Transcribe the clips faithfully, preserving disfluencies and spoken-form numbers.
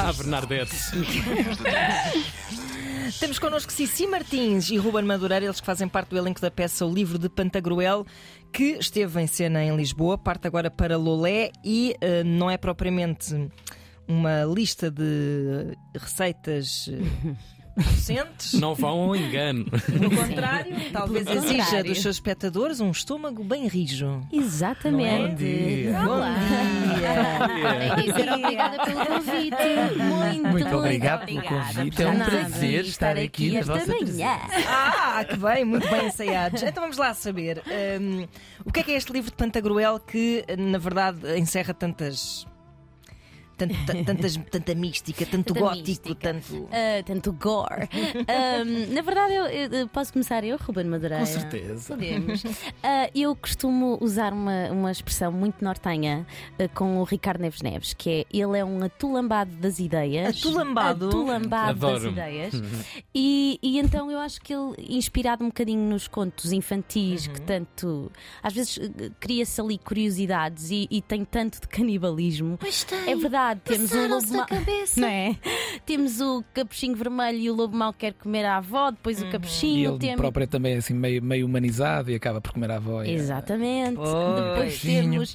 Ah, Bernadette. Temos connosco Cici Martins e Ruben Madureira, eles que fazem parte do elenco da peça O Livro de Pantagruel, que esteve em cena em Lisboa, parte agora para Lolé e uh, não é propriamente uma lista de receitas uh, docentes. Não vão ao engano. Pelo contrário, talvez Pelo exija contrário. dos seus espectadores um estômago bem rijo. Exatamente. Bom dia. Olá. Bom dia. Dizer obrigada pelo convite. Muito, Muito obrigado obrigada. pelo convite. É um Nada. prazer estar aqui na esta vossa manhã. Ah, que bem, muito bem ensaiados. Então vamos lá saber hum, o que é que é este livro de Pantagruel que, na verdade, encerra tantas. Tanto, ta- tantas, tanta mística, tanto Tanta gótico, mística. tanto. Ah, tanto gore. Ahm, na verdade, eu, eu- posso começar eu, Ruben Madureira? Com certeza. Podemos. Ah, eu costumo usar uma, uma expressão muito nortenha ah, com o Ricardo Neves Neves, que é ele é um atulambado das ideias. Atulambado? Atulambado das Adoro. ideias. E, e então eu acho que ele, inspirado um bocadinho nos contos infantis, que tanto. Às vezes eh, cria-se ali curiosidades e, e tem tanto de canibalismo. Pois tem. É verdade, temos um lobo Passaram-se mau. da cabeça. Não é? Temos o capuchinho vermelho e o lobo mau quer comer a avó, depois o E capuchinho. ele Temos... próprio é também assim meio, meio humanizado e acaba por comer a avó. e- Exatamente. Pois. Depois Beijinho. temos,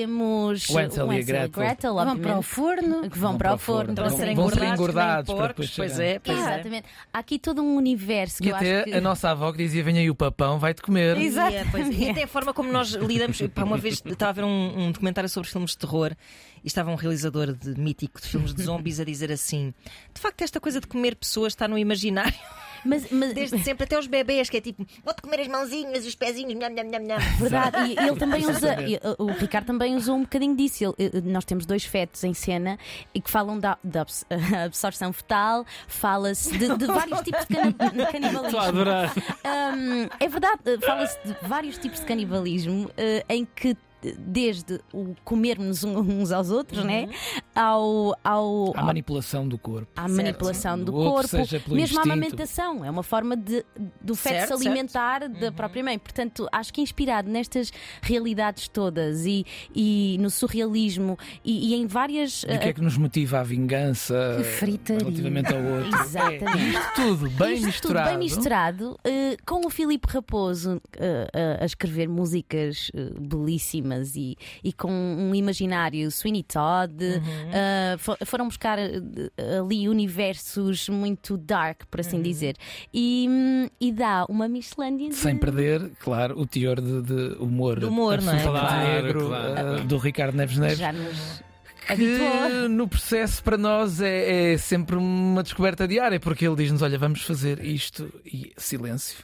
temos O Hansel e a Gretel. Vão obviamente, para o forno. que vão para o forno. Para para Vão- serem vão ser engordados, engordados que nem para porcos, depois pois chegar. é, pois é. Exatamente. Há aqui todo um universo que E eu até acho que... a nossa avó que dizia: venha aí o papão, vai-te comer. Exato. E, é, pois é. E até a forma como nós lidamos. Pá, uma vez estava a ver um, um documentário sobre filmes de terror e estava um realizador de, mítico de filmes de zombies a dizer assim: de facto, esta coisa de comer pessoas está no imaginário Mas, mas, desde sempre, até os bebês, que é tipo, vou-te comer as mãozinhas e os pezinhos, nham, nham, nham, nham. verdade, e ele também usa, Precisamente. e, o Ricardo também usou um bocadinho disso. Ele- eh, nós temos dois fetos em cena e que falam da, da abs- absorção fetal, fala-se de, de vários tipos de cani- de canibalismo. Estou a adorar. Hum, é verdade, eh, fala-se de vários tipos de canibalismo eh, em que eh, desde o comermos um- uns aos outros, né? ao, ao, A ao- manipulação do corpo. à manipulação do Do outro, corpo, seja pelo mesmo à instinto. amamentação. É uma forma de, do feto Certo, se alimentar da própria mãe. Portanto, acho que inspirado nestas realidades todas e, e no surrealismo e, e em várias. E o que é que nos motiva à vingança Que fritaria. relativamente ao outro? Exatamente. É, isto tudo bem Isto misturado. Tudo bem misturado, eh, com o Filipe Raposo eh, a- a escrever músicas eh, belíssimas e, e com um imaginário Sweeney Todd. eh, fo- foram buscar eh, ali universos muito dark, por assim dizer. E, hum, e dá uma Michelândia de... Sem perder, claro, o teor de, de humor, Do humor, não é? absolutamente Claro, negro claro. eh, do Ricardo Neves Neves. Já nos Que habituou. no processo para nós é, é sempre uma descoberta diária, porque ele diz-nos: olha, vamos fazer isto e silêncio.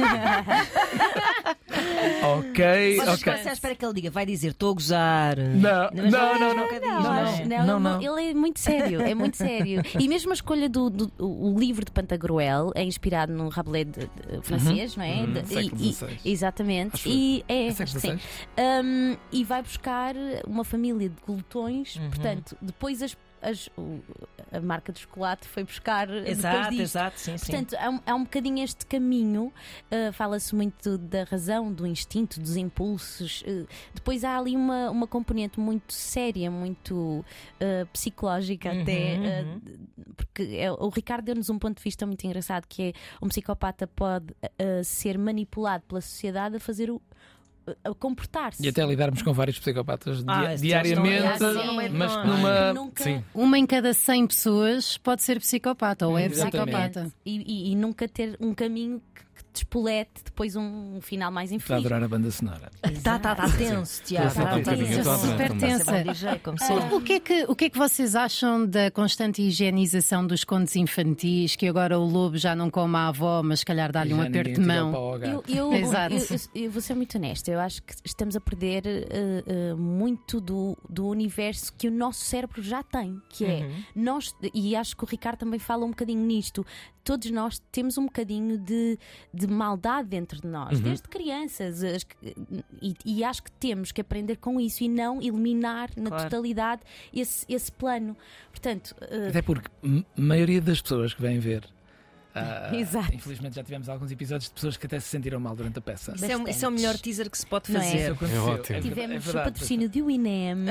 ok, Vocês ok. okay. espera que ele diga, vai dizer, estou a gozar. Não, Mas não, não, nunca não. diz, Não, não acho- é? não, Não, não, não. ele é muito sério, é muito sério. E mesmo a escolha do, do o livro de Pantagruel é inspirado no Rabelais de- de- francês, não é? Uhum, De- século e- e- dezasseis. Exatamente. Acho E é, É século sim. dezasseis? Um, e vai buscar uma família de glutões. Portanto, depois as, as- o- a marca de chocolate foi buscar depois Exato, disto. exato, sim, sim. Portanto, há um, há um bocadinho este caminho. uh, Fala-se muito da razão, do instinto, dos impulsos. uh, depois há ali uma, uma componente muito séria, muito uh, psicológica Uhum, até. uh, uhum. porque é- o Ricardo deu-nos um ponto de vista muito engraçado, que é um psicopata pode uh, ser manipulado pela sociedade a fazer o a comportar-se. E até lidarmos com vários psicopatas Ah, dia- estes diariamente, estão- estão no meio de mas nós. numa. Nunca- Sim. Uma em cada cem pessoas pode ser psicopata ou é Exatamente. psicopata. E, e- e nunca ter um caminho que, que despolete depois um final mais Está a infeliz. adorar a banda sonora. Está, está, está tenso, Tiago. Estou a Está sentir tenso. estou a super também. tensa. Você é bom D J, como sempre. O que, é que, o que é que vocês acham da constante higienização dos contos infantis, que agora o lobo já não come a avó, mas se calhar dá-lhe um Já aperto ninguém de tira o mão? pau ao gato. Eu, eu, Exato. eu, eu- eu vou ser muito honesta, eu acho que estamos a perder eh, eh, muito do, do universo que o nosso cérebro já tem, que é nós, e acho que o Ricardo também fala um bocadinho nisto. Todos nós temos um bocadinho de, de maldade dentro de nós, desde crianças, as que- e, e acho que temos que aprender com isso e não eliminar na Claro. totalidade esse, esse plano. Portanto, eh, Até porque a maioria das pessoas que vêm ver Ah, Exato. Infelizmente já tivemos alguns episódios de pessoas que até se sentiram mal durante a peça. Isso é, o- isso é o melhor teaser que se pode Não é? fazer. Isso aconteceu. É ótimo. É ver- Tivemos é o verdade. patrocínio do I N E M.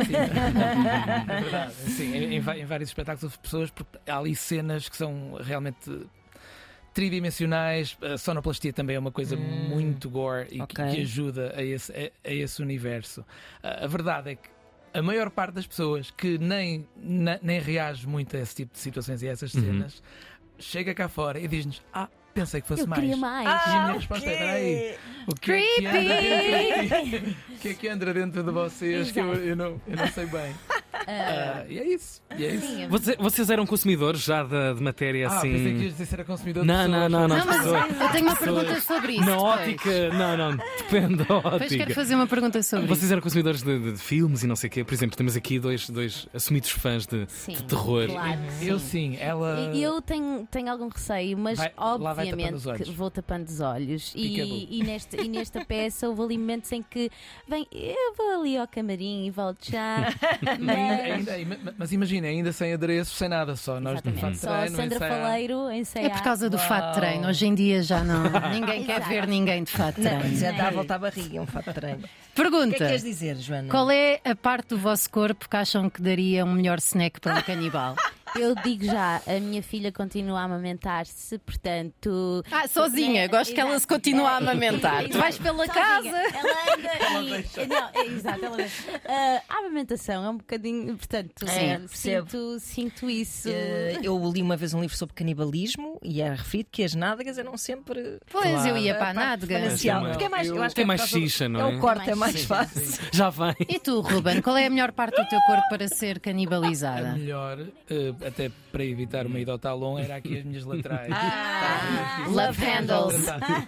É verdade. Sim, em, em va- em vários espetáculos houve pessoas, porque há ali cenas que são realmente tridimensionais. A sonoplastia também é uma coisa Hum. muito gore e que- Ok. que, ajuda a esse, a, a esse universo. A, a verdade é que a maior parte das pessoas que nem, na- nem reage muito a esse tipo de situações e a essas Uhum. cenas chega cá fora e diz-nos: Ah, pensei que fosse Eu mais. queria mais. E a minha Ah, resposta ok. é: peraí, o que é que anda dentro de ti? O que é que anda dentro de vocês que eu, eu não, eu não sei bem. Ah, e é isso. E é isso. Sim, Você- vocês eram consumidores já de, de matéria Ah, assim? pensei que ias dizer se era consumidor de Não, pessoas. não, não, não. Não, mas pessoas- eu tenho uma pessoas- pergunta sobre isso. Na depois. ótica, não, não, depende da Depois ótica. quero fazer uma pergunta sobre Vocês isso. eram consumidores de, de- de filmes e não sei o quê. Por exemplo, temos aqui dois, dois assumidos fãs de, Sim, de terror. claro. Eu sim, ela. E Eu tenho, tenho algum receio, mas Vai- lá vai tapando obviamente os olhos. que vou tapando os olhos. Peekaboo. E, e, nesta, e nesta peça houve ali momentos em que, bem, eu vou ali ao camarim e volto já. Ainda, mas, ainda, mas imagina, ainda sem adereço, sem nada, só nós no fato exatamente, de só a treino, Sandra ensaiar. Faleiro a ensaiar. É por causa do Uau. fato de treino. Hoje em dia já não. Ninguém quer Exato. ver ninguém de fato de Não, treino. isso é dar a volta à barriga, um fato de treino. O que é que Pergunta: queres dizer, Joana? qual é a parte do vosso corpo que acham que daria um melhor snack para um canibal? Eu digo já, a minha filha continua a amamentar-se, portanto. Ah, sozinha. Né? Gosto que ela Exato. se continue a É, amamentar. Tu vais pela sozinha. casa. Ela anda e. Não, é, exato, ela Ah, a amamentação é um bocadinho. Portanto, É, sim, percebo. sinto, sinto isso. Eh, eu li uma vez um livro sobre canibalismo e era referido que as nádegas eram sempre. Pois, Claro. eu ia a para a parte nádega. referencial. Mas Porque é mais, eu eu- acho que Tem é mais por causa do- xixa, não É é? o corte, é Mais mais xixa, fácil. Já vem. E tu, Ruben, qual é a melhor parte do teu corpo para ser A canibalizada? melhor, eh, até para evitar uma ida ao talão, era aqui as minhas laterais. Ah, Love handles.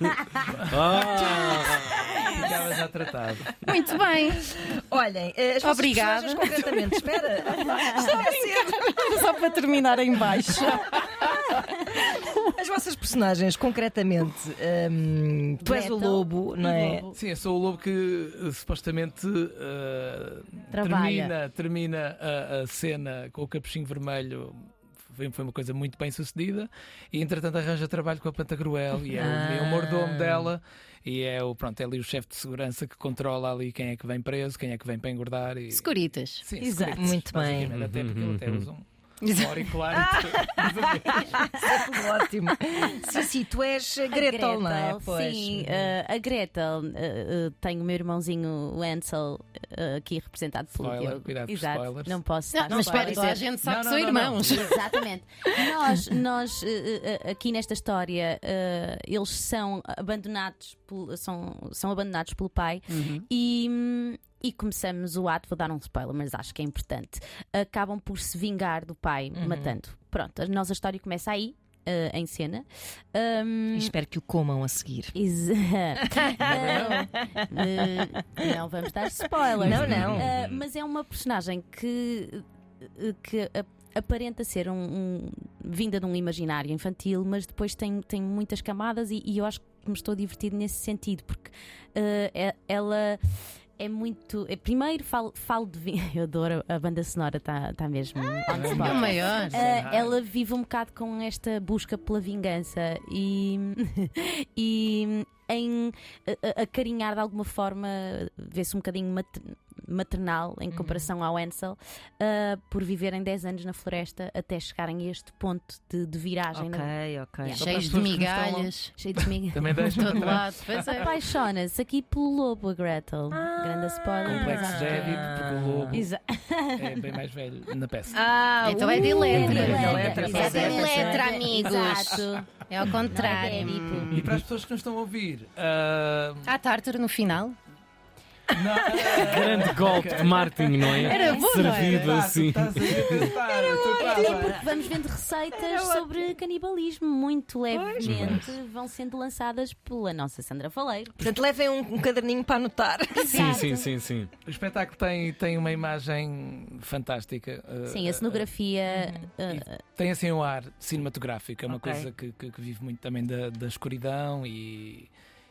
Ah, Ficava já tratado. Muito bem. olhem, eh, as vossas Obrigada. personagens concretamente, espera. Isto vai ser. Só para terminar em baixo. As vossas personagens, concretamente, hum, tu és o Gretel lobo, não e é? lobo. Sim, eu sou o lobo que eh, supostamente eh, Trabalha. termina, termina a, a cena com o capuchinho vermelho. Foi, foi uma coisa muito bem sucedida e entretanto arranja trabalho com a Pantagruel e é, o, é o mordomo dela e é o, pronto, é ali o chefe de segurança que controla ali quem é que vem preso, quem é que vem para engordar e... Securitas. Sim, Exato. secretos, Muito bem. basicamente, até porque ele até Uhum. usa um um auricular e tudo. É tudo ótimo. Sim, sim, tu és a Gretel, não é? Pois. Sim, eh, a Gretel eh, eh, tem o meu irmãozinho, o Ansel, eh, aqui representado pelo Spoiler, Diogo. cuidado com Exato, spoilers. não posso Não, estar mas espera, spoiler. toda a gente sabe Não, que não, são não, não. irmãos. Exatamente. Nós, nós eh, eh, aqui nesta história, eh, eles são abandonados, pelo- são, são abandonados pelo pai e, hum, e começamos o ato, vou dar um spoiler, mas acho que é importante. Acabam por se vingar do pai, matando. Pronto, a nossa história começa aí. eh, em cena. Um, E espero que o comam a seguir. Exa- não, Eh, não vamos dar spoilers. Não, não. Eh, mas é uma personagem que, eh, que a- aparenta ser um, um- vinda de um imaginário infantil, mas depois tem, tem muitas camadas e, e eu acho que me estou a divertir nesse sentido, porque eh, é- ela. É muito. é, primeiro falo, falo de. vi- Eu adoro a banda sonora, está tá mesmo on É spot. o maior. Ah, ela vive um bocado com esta busca pela vingança e, e em a- a- acarinhar de alguma forma, vê-se um bocadinho mater- maternal em comparação ao Ansel, ah, por viverem dez anos na floresta até chegarem a este ponto de, de viragem. na- Ok, ok. Yeah. Só para as Cheios de pessoas que nos estão a- migalhas. Cheio de migas. Também deixa De para todo trás. lado. Pois é. Apaixona-se aqui pelo lobo, a Gretel. Grande spoiler. Complexo mas de acho que- Édipo, porque o lobo Exa- é bem mais velho na peça. Ah, Então é de uh, letra. é de Letra, letra, exatamente. pois é, pois é. Letra, amigos. Exato. É ao contrário. Não é Édipo. E para as pessoas que nos estão a ouvir, ah, Há tártaro no final? não, grande golpe de marketing, não é? Era bom, não era? Servido assim. Estás a tentar, tu É estás- porque vamos vendo receitas sobre canibalismo muito levemente vão sendo lançadas pela nossa Sandra Faleiro. Portanto, levem um, um caderninho para anotar. Sim, sim, sim, sim. O espetáculo tem, tem uma imagem fantástica. ah, Sim, a cenografia. E ah, tem assim um ar cinematográfico, é uma Ok. coisa que, que- que vive muito também da, da escuridão e,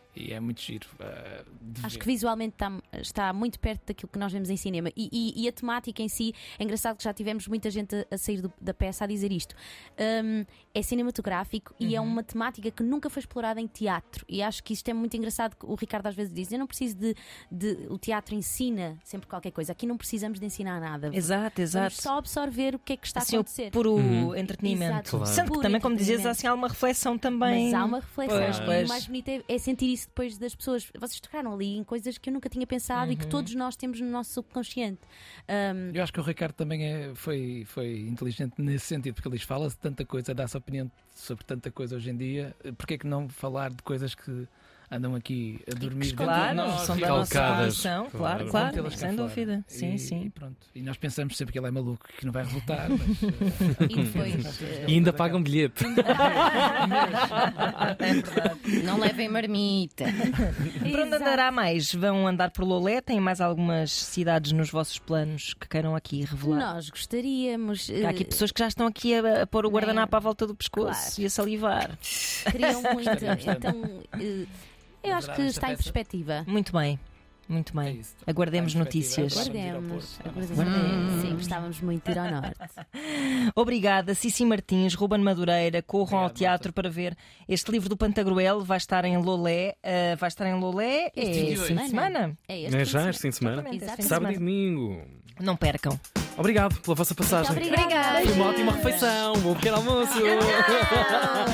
E é muito giro. Uh, Acho que visualmente está, está muito perto daquilo que nós vemos em cinema. E, e, e a temática em si, é engraçado que já tivemos muita gente a, a sair do, da peça a dizer isto. Um, é cinematográfico uhum. e é uma temática que nunca foi explorada em teatro. E acho que isto é muito engraçado. Que o Ricardo às vezes diz: eu não preciso de, de. O teatro ensina sempre qualquer coisa. Aqui não precisamos de ensinar nada. Exato, exato. Vamos só absorver o que é que está assim, a acontecer. O puro uhum. entretenimento. Claro. Sendo que também, como dizias, há assim, alguma reflexão também. Mas há uma reflexão. Pois, e pois. o mais bonito é, é sentir isso depois das pessoas. Vocês tocaram ali em coisas que eu nunca tinha pensado uhum. e que todos nós temos no nosso subconsciente. Um... Eu acho que o Ricardo também é, foi, foi inteligente nesse sentido, porque ele diz: fala-se de tanta coisa, dá-se opinião sobre tanta coisa hoje em dia, porque é que não falar de coisas que andam aqui a dormir claro, dentro de nós, são da nossa condição, claro, claro, claro sem dúvida. Sim, e, sim. E, pronto. E nós pensamos sempre que ele é maluco, que não vai resultar. Mas, e depois. E ainda pagam bilhete. É verdade. Não levem marmita. Para onde andará mais? Vão andar por Lolé? Tem mais algumas cidades nos vossos planos que queiram aqui revelar? Nós gostaríamos. Há aqui pessoas que já estão aqui a, a pôr o guardanapo é, à volta do pescoço claro. e a salivar. Queriam muito. Então. Eu acho que está em perspectiva. Muito bem, muito bem. É isso, Aguardemos notícias. Aguardemos. Aguardemos. Sim, gostávamos muito de ir ao norte. Obrigada, Cici Martins, Ruben Madureira. Corram ao teatro para ver este livro do Pantagruel. Vai estar em Lolé. Uh, vai estar em Lolé este é este fim de semana. É, este é já este fim de semana. Sábado e domingo. Não percam. Obrigado pela vossa passagem. Muito obrigada. Foi uma ótima refeição. Bom pequeno almoço.